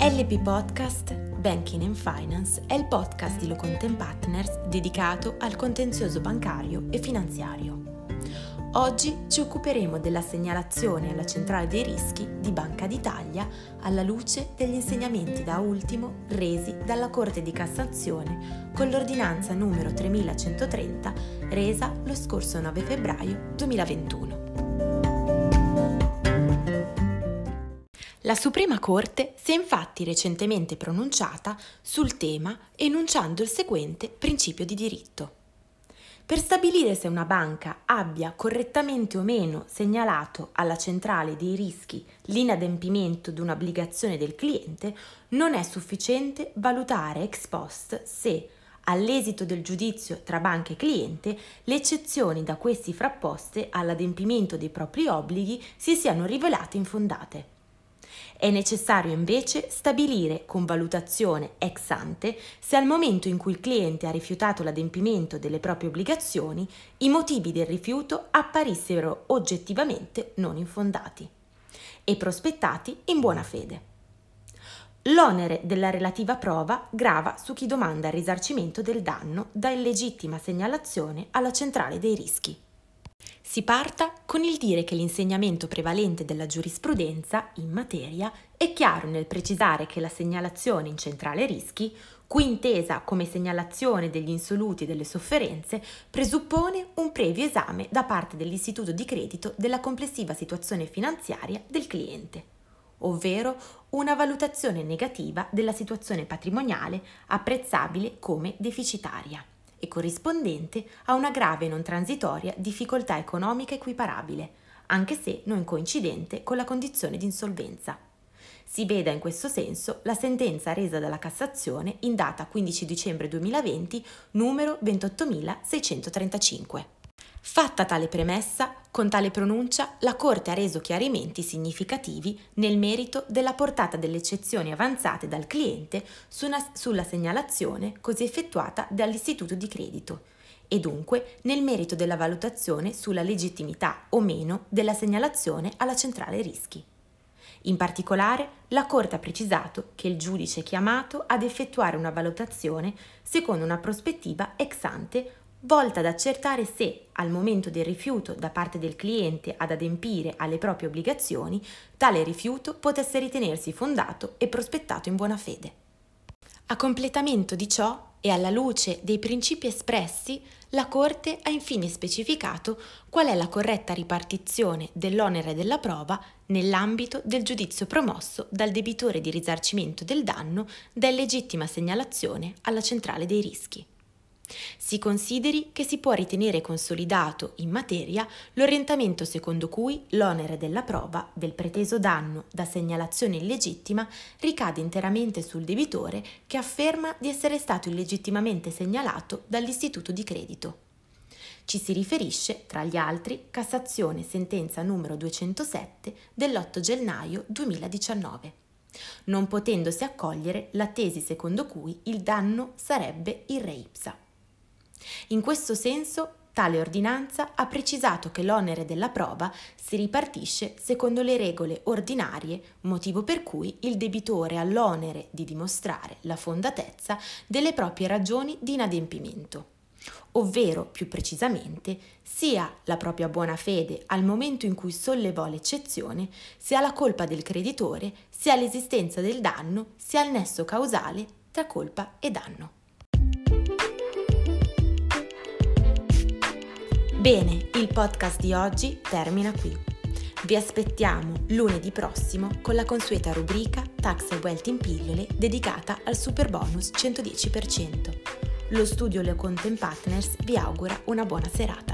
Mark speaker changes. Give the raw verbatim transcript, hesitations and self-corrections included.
Speaker 1: L P Podcast Banking and Finance è il podcast di Locontent Partners dedicato al contenzioso bancario e finanziario. Oggi ci occuperemo della segnalazione alla centrale dei rischi di Banca d'Italia alla luce degli insegnamenti da ultimo resi dalla Corte di Cassazione con l'ordinanza numero tremilacentotrenta resa lo scorso nove febbraio duemilaventuno. La Suprema Corte si è infatti recentemente pronunciata sul tema enunciando il seguente principio di diritto. Per stabilire se una banca abbia correttamente o meno segnalato alla centrale dei rischi l'inadempimento di un'obbligazione del cliente, non è sufficiente valutare ex post se, all'esito del giudizio tra banca e cliente, le eccezioni da questi frapposte all'adempimento dei propri obblighi si siano rivelate infondate. È necessario invece stabilire con valutazione ex ante se al momento in cui il cliente ha rifiutato l'adempimento delle proprie obbligazioni i motivi del rifiuto apparissero oggettivamente non infondati e prospettati in buona fede. L'onere della relativa prova grava su chi domanda il risarcimento del danno da illegittima segnalazione alla centrale dei rischi. Si parta con il dire che l'insegnamento prevalente della giurisprudenza in materia è chiaro nel precisare che la segnalazione in centrale rischi, cui intesa come segnalazione degli insoluti e delle sofferenze, presuppone un previo esame da parte dell'istituto di credito della complessiva situazione finanziaria del cliente, ovvero una valutazione negativa della situazione patrimoniale apprezzabile come deficitaria e corrispondente a una grave e non transitoria difficoltà economica equiparabile, anche se non coincidente con la condizione di insolvenza. Si veda in questo senso la sentenza resa dalla Cassazione in data quindici dicembre duemilaventi, numero ventottomilaseicentotrentacinque. Fatta tale premessa, con tale pronuncia la Corte ha reso chiarimenti significativi nel merito della portata delle eccezioni avanzate dal cliente su una, sulla segnalazione così effettuata dall'istituto di credito e dunque nel merito della valutazione sulla legittimità o meno della segnalazione alla centrale rischi. In particolare, la Corte ha precisato che il giudice è chiamato ad effettuare una valutazione secondo una prospettiva ex ante volta ad accertare se, al momento del rifiuto da parte del cliente ad adempiere alle proprie obbligazioni, tale rifiuto potesse ritenersi fondato e prospettato in buona fede. A completamento di ciò e alla luce dei principi espressi, la Corte ha infine specificato qual è la corretta ripartizione dell'onere della prova nell'ambito del giudizio promosso dal debitore di risarcimento del danno da illegittima segnalazione alla centrale dei rischi. Si consideri che si può ritenere consolidato in materia l'orientamento secondo cui l'onere della prova del preteso danno da segnalazione illegittima ricade interamente sul debitore che afferma di essere stato illegittimamente segnalato dall'istituto di credito. Ci si riferisce, tra gli altri, Cassazione sentenza numero duecentosette dell'otto gennaio duemiladiciannove, non potendosi accogliere la tesi secondo cui il danno sarebbe in re ipsa. In questo senso, tale ordinanza ha precisato che l'onere della prova si ripartisce secondo le regole ordinarie, motivo per cui il debitore ha l'onere di dimostrare la fondatezza delle proprie ragioni di inadempimento, ovvero, più precisamente, sia la propria buona fede al momento in cui sollevò l'eccezione, sia la colpa del creditore, sia l'esistenza del danno, sia il nesso causale tra colpa e danno. Bene, il podcast di oggi termina qui. Vi aspettiamo lunedì prossimo con la consueta rubrica Tax e Wealth in pillole dedicata al super bonus centodieci per cento. Lo studio Locontent Partners vi augura una buona serata.